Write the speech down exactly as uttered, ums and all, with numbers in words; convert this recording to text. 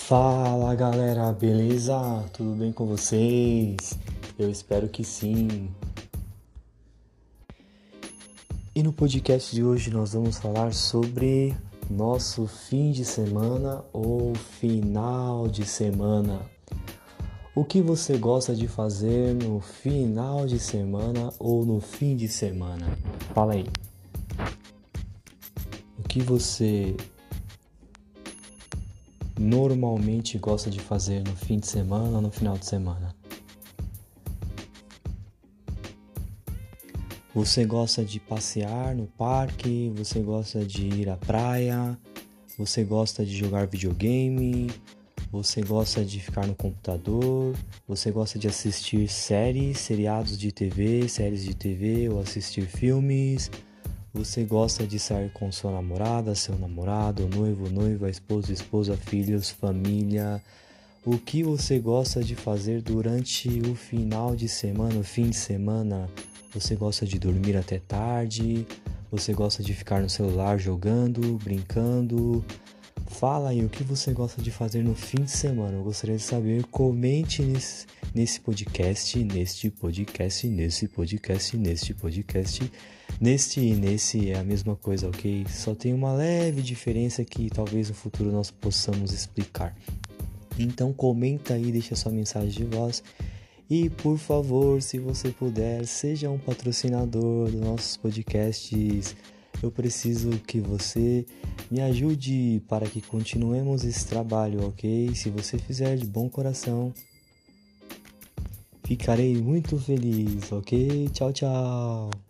Fala galera, beleza? Tudo bem com vocês? Eu espero que sim. E no podcast de hoje nós vamos falar sobre nosso fim de semana ou final de semana. O que você gosta de fazer no final de semana ou no fim de semana? Fala aí. O que você normalmente gosta de fazer no fim de semana ou no final de semana? Você gosta de passear no parque? Você gosta de ir à praia? Você gosta de jogar videogame? Você gosta de ficar no computador? Você gosta de assistir séries, seriados de T V, séries de T V ou assistir filmes? Você gosta de sair com sua namorada, seu namorado, noivo, noiva, esposo, esposa, filhos, família? O que você gosta de fazer durante o final de semana, o fim de semana? Você gosta de dormir até tarde? Você gosta de ficar no celular jogando, brincando? Fala aí, o que você gosta de fazer no fim de semana? Eu gostaria de saber. Comente nesse, nesse podcast, neste podcast, nesse podcast, neste podcast. Neste e nesse é a mesma coisa, ok? Só tem uma leve diferença que talvez no futuro nós possamos explicar. Então comenta aí, deixa sua mensagem de voz. E por favor, se você puder, seja um patrocinador dos nossos podcasts. Eu preciso que você me ajude para que continuemos esse trabalho, ok? Se você fizer de bom coração, ficarei muito feliz, ok? Tchau, tchau!